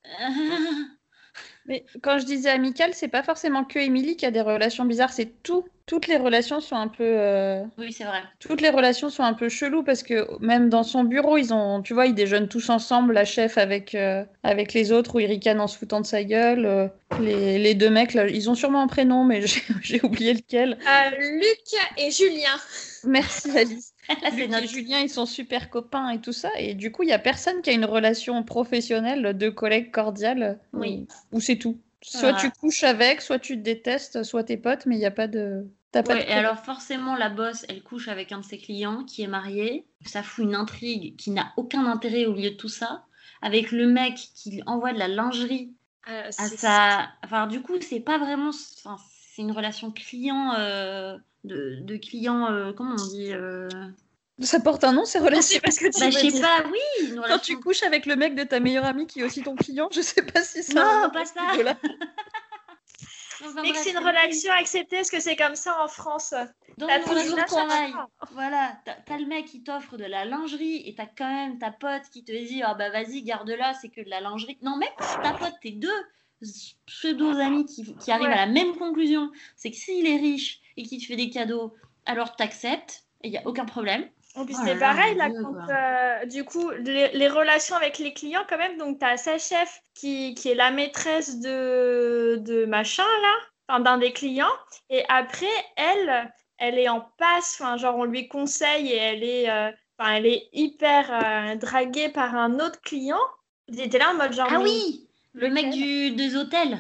Mais quand je disais amicale, c'est pas forcément que Émilie qui a des relations bizarres, c'est tout. Toutes les relations sont un peu. euh, Oui, c'est vrai. Toutes les relations sont un peu cheloues parce que même dans son bureau, ils ont, tu vois, ils déjeunent tous ensemble, la chef avec euh, avec les autres, où ils ricanent en se foutant de sa gueule. euh, les, les deux mecs, là, ils ont sûrement un prénom, mais j'ai, j'ai oublié lequel. Euh, Luc et Julien. Merci Alice. Là, c'est Luc notre... et Julien, ils sont super copains et tout ça, et du coup, il y a personne qui a une relation professionnelle de collègue cordial. où- Oui. Où c'est tout. Soit Ouais. tu couches avec, soit tu te détestes, soit t'es potes, mais il n'y a pas de. T'as pas de Ouais, et problème. alors forcément, la boss, elle couche avec un de ses clients qui est marié. Ça fout une intrigue qui n'a aucun intérêt au milieu de tout ça. Avec le mec qui lui envoie de la lingerie Euh, à c'est- sa... Enfin, du coup, c'est pas vraiment... Enfin, c'est une relation client... euh, De, de client... euh, Comment on dit euh... Ça porte un nom, ces Non, relations. c'est pas ce que tu Bah, je veux sais dire. pas, oui, une Quand relation... tu couches avec le mec de ta meilleure amie qui est aussi ton client, je sais pas si ça. Non, a un nom pas à ce ça. niveau-là. Enfin, Mais que bref, c'est une oui. relation acceptée, est-ce que c'est comme ça en France? Dans T'as une toujours relation de ça, travail, ça. voilà, t'as, t'as le mec qui t'offre de la lingerie et t'as quand même ta pote qui te dit ah bah vas-y garde-la, c'est que de la lingerie. Non, même si ta pote, t'es deux pseudo-amis qui, qui arrivent Ouais. à la même conclusion, c'est que s'il est riche et qu'il te fait des cadeaux, alors t'acceptes et il n'y a aucun problème. Et puis Oh c'est là là, pareil, mon là, Dieu, quand, quoi. euh, du coup, les, les relations avec les clients, quand même, donc tu as sa chef qui, qui est la maîtresse de, de machin, là, enfin, d'un des clients, et après, elle, elle est en passe, enfin, genre, on lui conseille et elle est, euh, enfin, elle est hyper euh, draguée par un autre client. J'étais là en mode genre, Ah mais- oui, le mec Lequel du, des hôtels.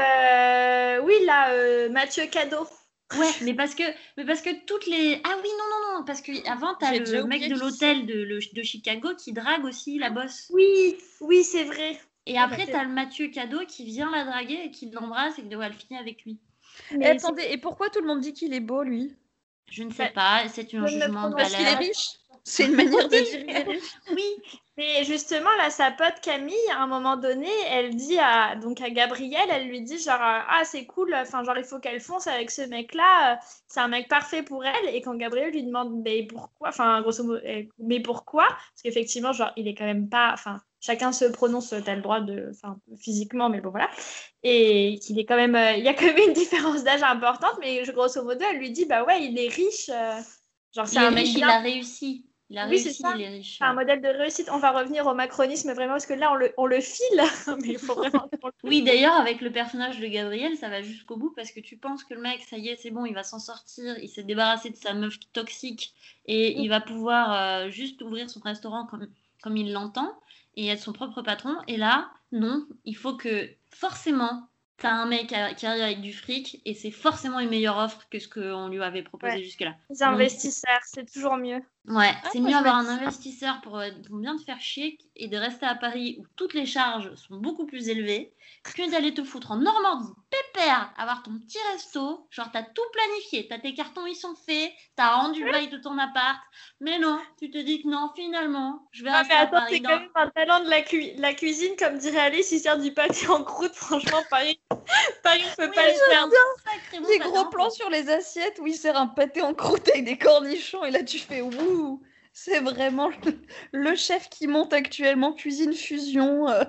Euh, oui, là, euh, Mathieu Cadeau. Ouais, mais parce que, mais parce que toutes les... Ah oui, non, non, non, parce qu'avant, t'as J'ai le déjà mec oublié de qui l'hôtel de, le- de Chicago qui drague aussi la boss. Oui, oui, c'est vrai. Et Ouais, après, bah, t'as le Mathieu Cadeau qui vient la draguer et qui l'embrasse et qui doit le finir avec lui. Et Mais attendez, et pourquoi tout le monde dit qu'il est beau, lui? Je ne sais Bah, pas, c'est un je ne jugement de prononce Parce qu'il est valeur. riche? C'est une manière de dire qu'il est riche. Oui, Mais justement, là, sa pote Camille, à un moment donné, elle dit à, donc à Gabrielle, elle lui dit genre, euh, ah, c'est cool, enfin, genre, il faut qu'elle fonce avec ce mec-là, euh, c'est un mec parfait pour elle. Et quand Gabrielle lui demande, mais pourquoi, enfin, grosso modo, euh, mais pourquoi? Parce qu'effectivement, genre, il est quand même pas, enfin, chacun se prononce, t'as le droit de, enfin, physiquement, mais bon, voilà. Et qu'il est quand même, euh, il y a quand même une différence d'âge importante, mais grosso modo, elle lui dit, bah ouais, il est riche, euh, genre, c'est il est un mec riche, il bien. a réussi. Il a Oui, c'est réussi, ça. il est riche. C'est un modèle de réussite. On va revenir au macronisme vraiment parce que là, on le, on le file. Mais il faut vraiment. qu'on le- Oui, d'ailleurs, avec le personnage de Gabriel, ça va jusqu'au bout parce que tu penses que le mec, ça y est, c'est bon, il va s'en sortir, il s'est débarrassé de sa meuf toxique et il va pouvoir euh, juste ouvrir son restaurant comme, comme il l'entend et être son propre patron. Et là, non, il faut que forcément, t'as un mec à- qui arrive avec du fric et c'est forcément une meilleure offre que ce qu'on lui avait proposé Ouais. jusque-là. Les investisseurs, c'est toujours mieux. Ouais, Ah, c'est moi, mieux je me avoir un dis- investisseur pour, euh, pour bien te faire chier et de rester à Paris où toutes les charges sont beaucoup plus élevées que d'aller te foutre en Normandie, pépère, avoir ton petit resto, genre t'as tout planifié, t'as tes cartons, ils sont faits, t'as rendu le bail de ton appart, mais non, tu te dis que non, finalement, je vais Ah, rester mais à attends, Paris. c'est dans- quand même un talent de la, cu- la cuisine, comme dirait Alice, il sert du pâté en croûte. Franchement, Paris, Paris ne peut Oui, pas le faire. sacrément Des pâté gros en plans croûte. sur les assiettes où il sert un pâté en croûte avec des cornichons et là tu fais wouh, c'est vraiment le, le chef qui monte actuellement cuisine fusion euh,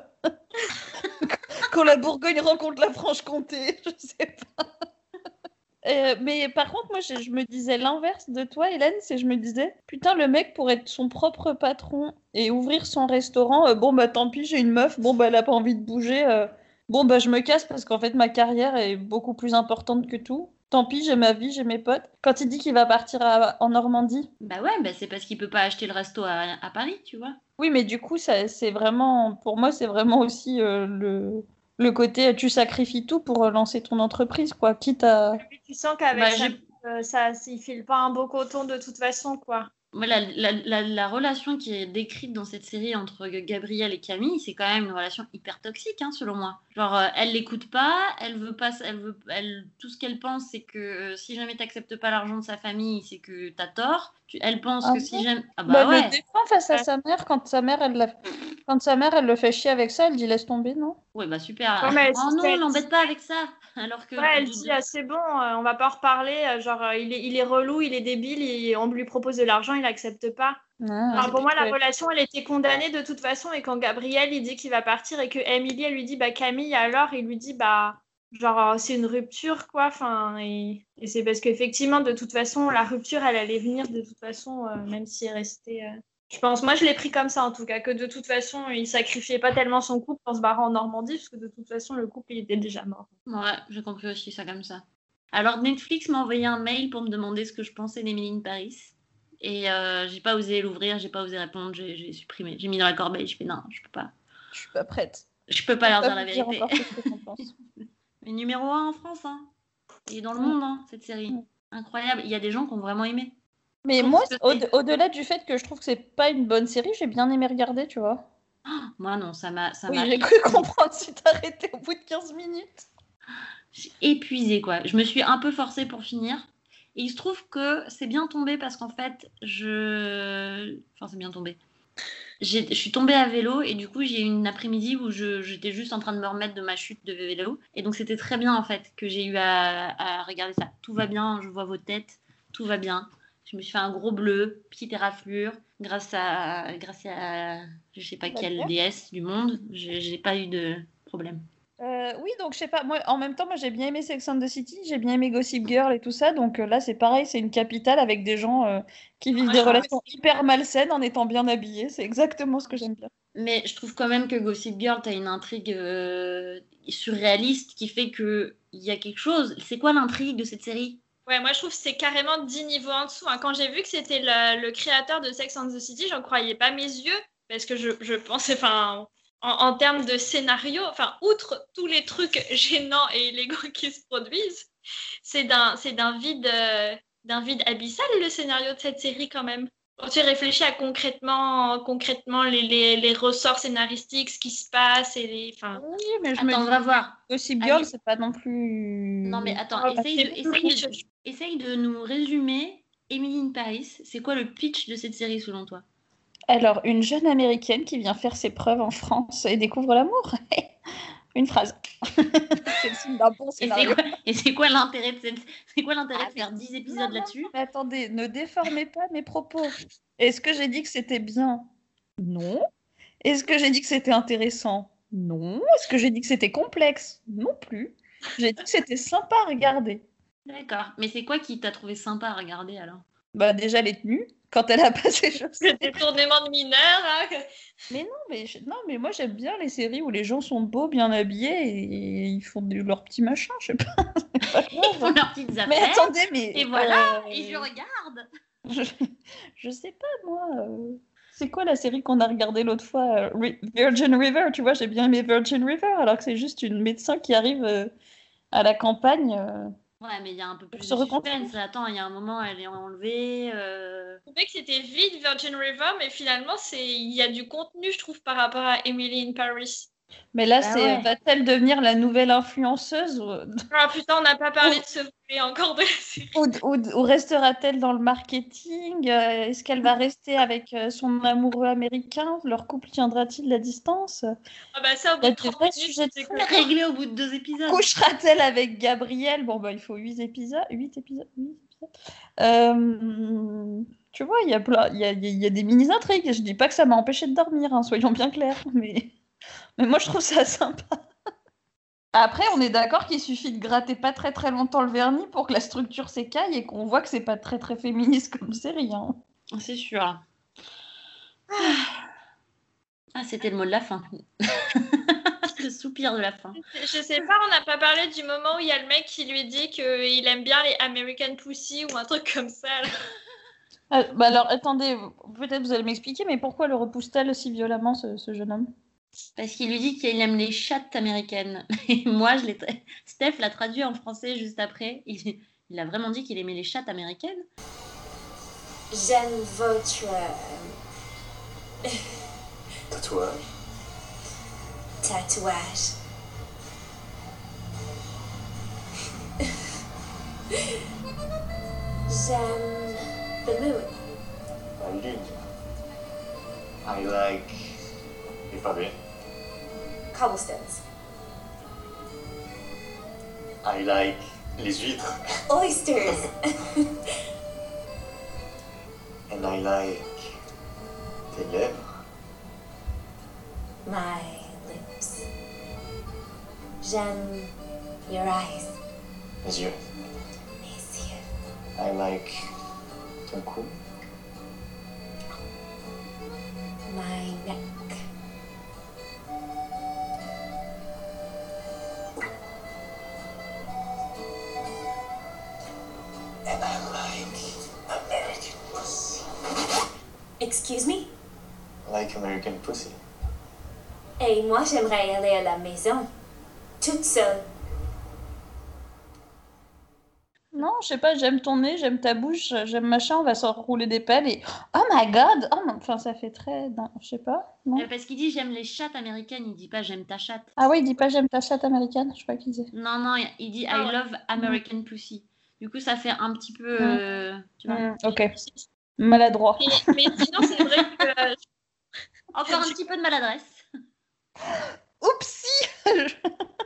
quand la Bourgogne rencontre la Franche-Comté, je sais pas. Euh, mais par contre moi je, je me disais l'inverse de toi Hélène, c'est je me disais putain le mec pour être son propre patron et ouvrir son restaurant, euh, bon bah tant pis j'ai une meuf, bon bah elle a pas envie de bouger, euh, bon bah je me casse parce qu'en fait ma carrière est beaucoup plus importante que tout. Tant pis, j'ai ma vie, j'ai mes potes. Quand il dit qu'il va partir à- en Normandie, Bah ouais, bah c'est parce qu'il peut pas acheter le resto à, à Paris, tu vois. oui, mais du coup, ça, c'est vraiment, pour moi, c'est vraiment aussi euh, le, le côté, euh, tu sacrifies tout pour euh, lancer ton entreprise, quoi. Quitte à, Mais tu sens qu'avec Bah, ça, j'ai- euh, ça, il file pas un beau coton de toute façon, quoi. Moi, la, la, la, la relation qui est décrite dans cette série entre Gabrielle et Camille, c'est quand même une relation hyper toxique, hein, selon moi. Genre, euh, elle l'écoute pas, elle veut pas, elle veut, elle, tout ce qu'elle pense, c'est que euh, si jamais t'acceptes pas l'argent de sa famille, c'est que t'as tort. Tu, elle pense Ah que bon si jamais, ah bah, bah le ouais. défend face à Ouais. sa mère quand sa mère, elle l'a- quand sa mère, elle le fait chier avec ça, elle dit laisse tomber, non? Ouais, bah super. Ouais, mais Oh c'est ce non, qu'elle l'embête dit. pas avec ça. Alors que Ouais, elle de- dit de- ah, c'est bon, euh, on va pas en reparler. euh, Genre, euh, il est, il est relou, il est débile, et on lui propose de l'argent, il accepte pas. Ah, Ouais, Enfin, c'est pour moi, la ouais. relation, elle était condamnée de toute façon. Et quand Gabriel, il dit qu'il va partir et que Emily, elle lui dit, bah Camille, alors, il lui dit, bah, genre, euh, c'est une rupture, quoi. Enfin, et, et c'est parce qu'effectivement, de toute façon, la rupture, elle allait venir de toute façon, euh, même si elle restait. euh, Je pense, moi, je l'ai pris comme ça, en tout cas, que de toute façon, il sacrifiait pas tellement son couple en se barrant en Normandie, parce que de toute façon, le couple, il était déjà mort. Ouais, j'ai compris aussi ça comme ça. Alors Netflix m'a envoyé un mail pour me demander ce que je pensais d'Emily in Paris. Et euh, j'ai pas osé l'ouvrir, j'ai pas osé répondre, j'ai, j'ai supprimé. J'ai mis dans la corbeille, je fais non, je peux pas. Je suis pas prête. Je peux pas Je leur peux dire pas la vous dire vérité. encore ce que j'en pense. Mais numéro un en France, hein. Et dans le Mm. monde, hein, cette série. Mm. Incroyable. Il y a des gens qui ont vraiment aimé. Mais Pour moi, ce que au- c'est. au-delà du fait que je trouve que c'est pas une bonne série, j'ai bien aimé regarder, tu vois. Moi non, ça m'a, ça Oui, m'a j'ai cru comprendre si t'arrêtais au bout de quinze minutes. j'ai épuisé quoi. Je me suis un peu forcée pour finir. Et il se trouve que c'est bien tombé parce qu'en fait, je. Enfin, c'est bien tombé. J'ai- Je suis tombée à vélo et du coup, j'ai eu une après-midi où je- j'étais juste en train de me remettre de ma chute de vélo. Et donc, c'était très bien en fait que j'ai eu à, à regarder ça. Tout va bien, je vois vos têtes, tout va bien. Je me suis fait un gros bleu, petite éraflure, grâce à, grâce à je sais pas La quelle bière. déesse du monde. J'ai j'ai pas eu de problème. Euh, oui, donc je sais pas, moi en même temps, moi j'ai bien aimé Sex and the City, j'ai bien aimé Gossip Girl et tout ça, donc euh, là c'est pareil, c'est une capitale avec des gens euh, qui vivent Ouais, des je trouve relations hyper malsaines en étant bien habillés, c'est exactement ce que j'aime bien. Mais je trouve quand même que Gossip Girl, t'as une intrigue euh, surréaliste qui fait que il y a quelque chose. C'est quoi l'intrigue de cette série? Ouais, moi je trouve que c'est carrément dix niveaux en dessous, hein. Quand j'ai vu que c'était le, le créateur de Sex and the City, j'en croyais pas mes yeux, parce que je, je pensais, enfin, en, en termes de scénario, enfin, outre tous les trucs gênants et illégaux qui se produisent, c'est d'un, c'est d'un vide, euh, d'un vide abyssal le scénario de cette série quand même. Quand tu réfléchis à concrètement, concrètement les, les, les ressorts scénaristiques, ce qui se passe et les, enfin. Oui, mais je Attends, on me va dis, voir. Gossip Girl, Allez. c'est pas non plus... Non mais attends, Ah, essaye, de, c'est essaye, pitch. de, essaye de nous résumer Emily in Paris. C'est quoi le pitch de cette série selon toi? Alors, une jeune américaine qui vient faire ses preuves en France et découvre l'amour. Une phrase. C'est le signe d'un bon Et c'est scénario. quoi, et c'est quoi l'intérêt de cette, c'est quoi l'intérêt Ah, de faire dix Non, épisodes non, là-dessus? mais attendez, ne déformez pas mes propos. Est-ce que j'ai dit que c'était bien? Non. Est-ce que j'ai dit que c'était intéressant? Non. Est-ce que j'ai dit que c'était complexe? Non plus. J'ai dit que c'était sympa à regarder. D'accord. Mais c'est quoi qui t'a trouvé sympa à regarder alors? Bah déjà les tenues, quand elle a pas ses Le chaussettes. détournement de mineurs, hein. Mais non, mais, je- non, mais moi j'aime bien les séries où les gens sont beaux, bien habillés et ils font de, leur petit machin, je sais pas. C'est pas Ils grave. font leurs petites Mais affaires. attendez, mais... Et voilà, euh, et je regarde. Je, je sais pas, moi. euh, C'est quoi la série qu'on a regardée l'autre fois euh, Ri- Virgin River, tu vois, j'ai bien aimé Virgin River, alors que c'est juste une médecin qui arrive euh, à la campagne. euh. Ouais, mais il y a un peu plus Se de reconstruire. suspense. Attends, il y a un moment, elle est enlevée. euh, Je trouvais que c'était vite Virgin River, mais finalement, c'est il y a du contenu, je trouve, par rapport à Emily in Paris. Mais là, Bah c'est ouais. va-t-elle devenir la nouvelle influenceuse ou, Ah putain, on n'a pas parlé de ce volet encore de la série. ou, ou- ou restera-t-elle dans le marketing? Euh, Est-ce qu'elle va rester avec euh, son amoureux américain? Leur couple tiendra-t-il la distance? Ah bah ça, au bout Bah, de trente vrai minutes, sujet de c'est fond. que... Réglé au bout de deux épisodes. Couchera-t-elle avec Gabriel? Bon, bah, il faut huit épisodes. huit épisodes. huit épisodes. Euh, tu vois, il y a plein, il y a, il y a des mini-intrigues. Je dis pas que ça m'a empêché de dormir, hein, soyons bien clairs. Mais... mais moi, je trouve ça sympa. Après, on est d'accord qu'il suffit de gratter pas très très longtemps le vernis pour que la structure s'écaille et qu'on voit que c'est pas très très féministe comme série. Hein. C'est sûr. Ah, c'était le mot de la fin. Le soupir de la fin. Je sais pas, on n'a pas parlé du moment où il y a le mec qui lui dit qu'il aime bien les American Pussy ou un truc comme ça. Là. Ah, bah alors, attendez, peut-être vous allez m'expliquer, mais pourquoi le repousse-t-elle si violemment, ce, ce jeune homme? Parce qu'il lui dit qu'il aime les chattes américaines. Et moi, je l'ai tra- Steph l'a traduit en français juste après. Il, il a vraiment dit qu'il aimait les chattes américaines. J'aime votre euh, Tatouage. tatouage. J'aime the moon. La lune. I like les pavés. Cobblestones. I like les huîtres. Oysters. And I like tes lèvres. My lips. J'aime your eyes. Mes yeux. Mes yeux. I like ton cou. My neck. And I like American pussy. Excuse me? Like American pussy. Et moi, j'aimerais aller à la maison. Toute seule. Non, je sais pas, j'aime ton nez, j'aime ta bouche, j'aime machin, on va s'enrouler des pelles et... Oh my god! Oh non, enfin, ça fait très... non, je sais pas, non? Euh, Parce qu'il dit j'aime les chattes américaines, il dit pas j'aime ta chatte. Ah oui, il dit pas j'aime ta chatte américaine, je sais pas qui disait. Non, non, il dit Ah I ouais. love American Pussy. Du coup, ça fait un petit peu. Mm. euh, tu vois. Mm, ok, maladroit. Mais, mais sinon, c'est vrai que euh, Encore un petit peu de maladresse. Oupsie!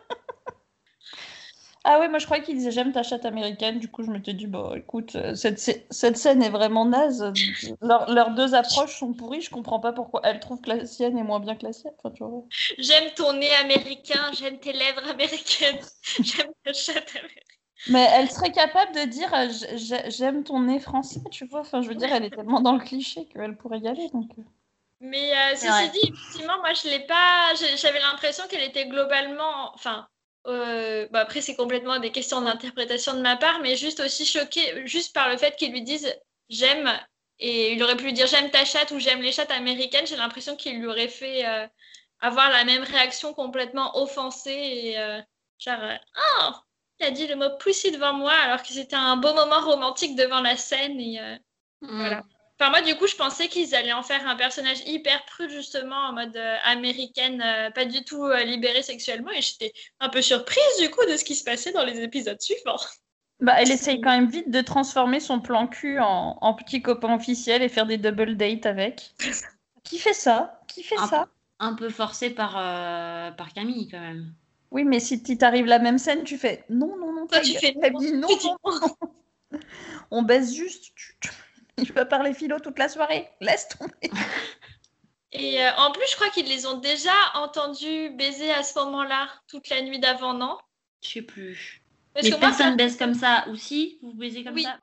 Ah ouais, moi je croyais qu'il disait j'aime ta chatte américaine, du coup je m'étais dit, bah écoute, euh, cette, scè- cette scène est vraiment naze. Leur- leurs deux approches sont pourries, je comprends pas pourquoi elle trouve que la sienne est moins bien que la sienne. Enfin, tu vois. j'aime ton nez américain, j'aime tes lèvres américaines, j'aime ta chatte américaine. Mais elle serait capable de dire euh, j- j- j'aime ton nez français, tu vois. Enfin, je veux dire, elle est tellement dans le cliché qu'elle pourrait y aller. Donc... Mais euh, C'est ceci vrai. dit, effectivement, moi, je l'ai pas. j'ai- J'avais l'impression qu'elle était globalement. Enfin, euh, bah, après, c'est complètement des questions d'interprétation de ma part, mais juste aussi choquée, juste par le fait qu'ils lui disent j'aime. Et il aurait pu lui dire j'aime ta chatte ou j'aime les chattes américaines. J'ai l'impression qu'il lui aurait fait euh, avoir la même réaction complètement offensée et euh, genre euh, oh, il a dit le mot pussy devant moi alors que c'était un beau moment romantique devant la scène et euh, Mm. voilà. Enfin, moi, du coup, je pensais qu'ils allaient en faire un personnage hyper prude, justement, en mode euh, américaine, euh, pas du tout euh, libérée sexuellement. Et j'étais un peu surprise, du coup, de ce qui se passait dans les épisodes suivants. Bah, elle essaye quand même vite de transformer son plan cul en, en petit copain officiel et faire des double dates avec. Qui fait ça? Qui fait Un, ça? un peu forcé par, euh, par Camille, quand même. Oui, mais si tu t'arrives la même scène, tu fais non, non, non, Toi, ta tu gueule, fais Camille, non, tu dis non, non. On baisse juste. Tu, tu... Il va parler philo toute la soirée. Laisse tomber. Et euh, en plus, je crois qu'ils les ont déjà entendus baiser à ce moment-là, toute la nuit d'avant, non? Je sais plus. Parce Mais que moi, personne ça- baise comme ça. Ou si vous baisez comme Oui. ça.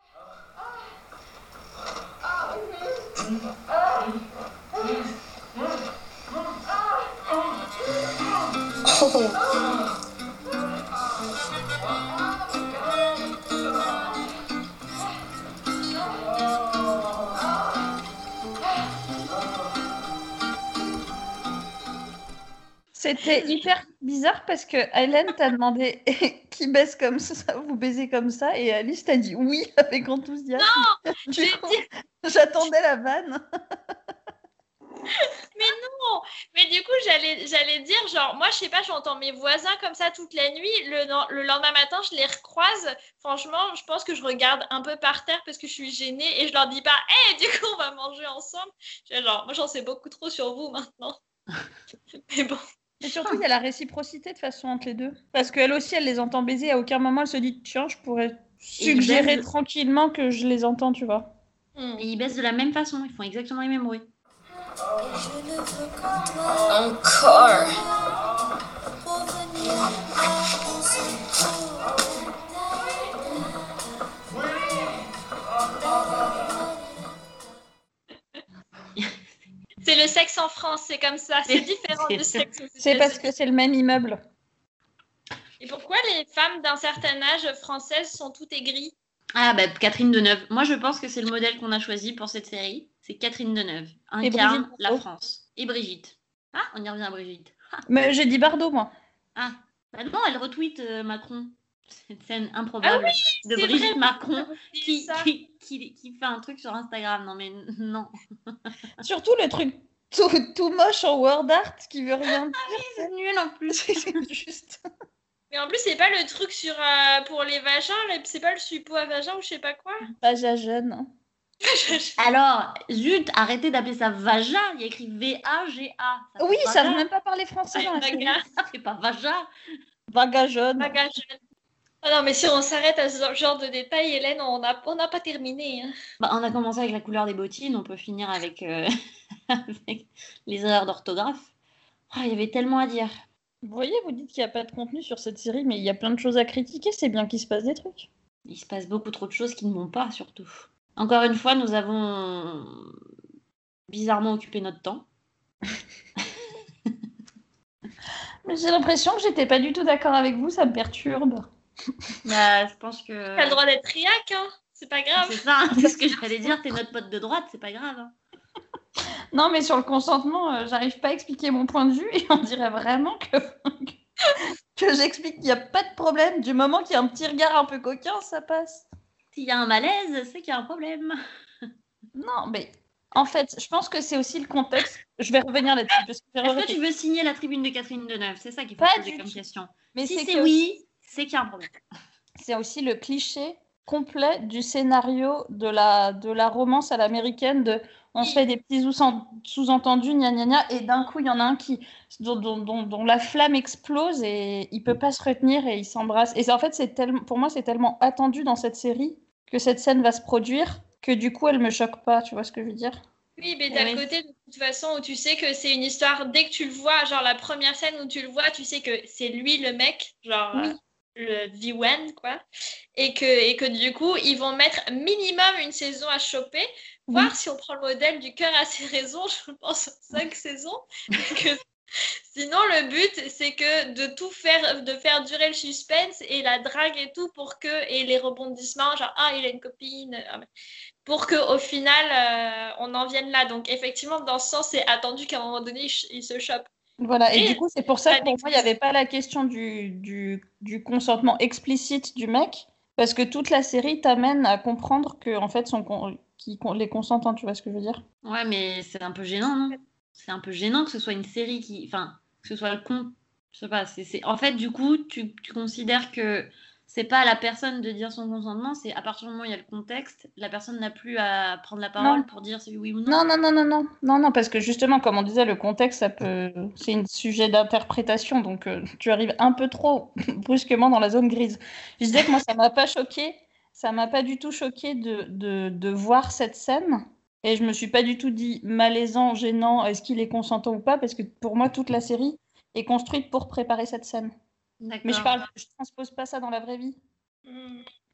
C'était hyper bizarre parce que Hélène t'a demandé qui baise comme ça, vous baisez comme ça, et Alice t'a dit oui avec enthousiasme. Non, Du j'ai coup, dit- j'attendais la vanne. Mais non, mais du coup, j'allais, j'allais dire, genre, moi, je sais pas, j'entends mes voisins comme ça toute la nuit. Le, no- le lendemain matin, je les recroise. Franchement, je pense que je regarde un peu par terre parce que je suis gênée et je leur dis pas, hé, du coup, on va manger ensemble. Je- Genre, moi, j'en sais beaucoup trop sur vous maintenant. Mais bon. Et surtout, il y a la réciprocité de façon entre les deux. Parce qu'elle aussi, elle les entend baiser. À aucun moment, elle se dit tiens, je pourrais suggérer baisent- tranquillement que je les entends, tu vois. Hmm. Et ils baissent de la même façon, ils font exactement les mêmes bruits. Et je ne veux que toi Encore. pour venir à son C'est le sexe en France, c'est comme ça. C'est C'est- différent c'est- du sexe aux C'est parce États-Unis. que c'est le même immeuble. Et pourquoi les femmes d'un certain âge françaises sont toutes aigries? Ah bah Catherine Deneuve. Moi je pense que c'est le modèle qu'on a choisi pour cette série. C'est Catherine Deneuve. Et Incarne Brigitte la Bardot. France. Et Brigitte. Ah, on y revient à Brigitte. Mais j'ai dit Bardot, moi. Ah, bah non, elle retweet euh, Macron. Cette scène improbable de Ah c'est Brigitte vrai. Macron Qui, qui, ça qui, qui, qui fait un truc sur Instagram. Non mais n- non. Surtout le truc tout, tout moche en word art qui veut rien dire. C'est nul en plus. C'est juste. Mais en plus, c'est pas le truc sur euh, pour les vagins, là, c'est pas le suppôt à vagin ou je sais pas quoi. Pas jeune. Alors, zut, arrêtez d'appeler ça vagin. Il y a écrit V A G A. Ça fait Oui, ils vagin. savent même pas parler français dans la série. Vaga, Ça fait pas vagin. Vaga jeune. vaga jeune. Ah non, mais si on s'arrête à ce genre de détails, Hélène, on n'a on n'a pas terminé. Hein. Bah, on a commencé avec la couleur des bottines, on peut finir avec, euh, avec les erreurs d'orthographe. Oh, il y avait tellement à dire. Vous voyez, vous dites qu'il n'y a pas de contenu sur cette série, mais il y a plein de choses à critiquer. C'est bien qu'il se passe des trucs. Il se passe beaucoup trop de choses qui ne vont pas, surtout. Encore une fois, nous avons bizarrement occupé notre temps. Mais j'ai l'impression que j'étais pas du tout d'accord avec vous, ça me perturbe. Bah, je pense que... T'as le droit d'être riac, hein. C'est pas grave. C'est ça, hein, c'est ce que j'allais dire, t'es notre pote de droite, c'est pas grave. Hein. Non, mais sur le consentement, euh, j'arrive pas à expliquer mon point de vue et on dirait vraiment que, que j'explique qu'il n'y a pas de problème. Du moment qu'il y a un petit regard un peu coquin, ça passe. S'il y a un malaise, c'est qu'il y a un problème. Non, mais en fait, je pense que c'est aussi le contexte. Je vais revenir là-dessus. Parce que je vais Est-ce que revenir. tu veux signer la tribune de Catherine Deneuve? C'est ça qu'il faut Pas poser du comme tout. question. Mais Si c'est c'est que- oui, c'est qu'il y a un problème. c'est aussi le cliché complet du scénario de la, de la romance à l'américaine de on se fait des petits sous- sous-entendus, gna gna gna, et d'un coup, il y en a un qui, dont, dont, dont, dont la flamme explose et il peut pas se retenir et il s'embrasse. Et c'est- en fait, c'est tellement, pour moi, c'est tellement attendu dans cette série que cette scène va se produire que du coup, elle me choque pas, tu vois ce que je veux dire? Oui, mais d'un Oui. côté, de toute façon, où tu sais que c'est une histoire, dès que tu le vois, genre la première scène où tu le vois, tu sais que c'est lui le mec, genre Oui. euh, le V un, quoi. Et que, et que du coup, ils vont mettre minimum une saison à choper, voir si on prend le modèle du cœur à ses raisons, je pense cinq saisons. Que... Sinon, le but, c'est que de tout faire, de faire durer le suspense et la drague et tout pour que, et les rebondissements, genre, ah, il a une copine. Ah, mais- pour qu'au final, euh, on en vienne là. Donc, effectivement, dans ce sens, c'est attendu qu'à un moment donné, il, il se chope. Voilà, et Et du coup, c'est pour ça ça que pour moi, il n'y avait pas la question du, du, du consentement explicite du mec, parce que toute la série t'amène à comprendre que, en fait, son con- qui, con- les consentants, tu vois ce que je veux dire? Ouais, mais c'est un peu gênant, non? C'est un peu gênant que ce soit une série qui... Enfin, que ce soit le con... Je sais pas, c'est... c'est- En fait, du coup, tu, tu considères que c'est pas à la personne de dire son consentement, c'est à partir du moment où il y a le contexte, la personne n'a plus à prendre la parole Non. pour dire c'est oui ou non. Non, non, non, non, non, non, non, parce que justement, comme on disait, le contexte, ça peut, c'est un sujet d'interprétation, donc euh, tu arrives un peu trop brusquement dans la zone grise. Je disais que moi, ça m'a pas choqué, ça m'a pas du tout choqué de, de, de voir cette scène, et je me suis pas du tout dit malaisant, gênant, est-ce qu'il est consentant ou pas, parce que pour moi, toute la série est construite pour préparer cette scène. D'accord. Mais je parle, je transpose pas ça dans la vraie vie. Hmm.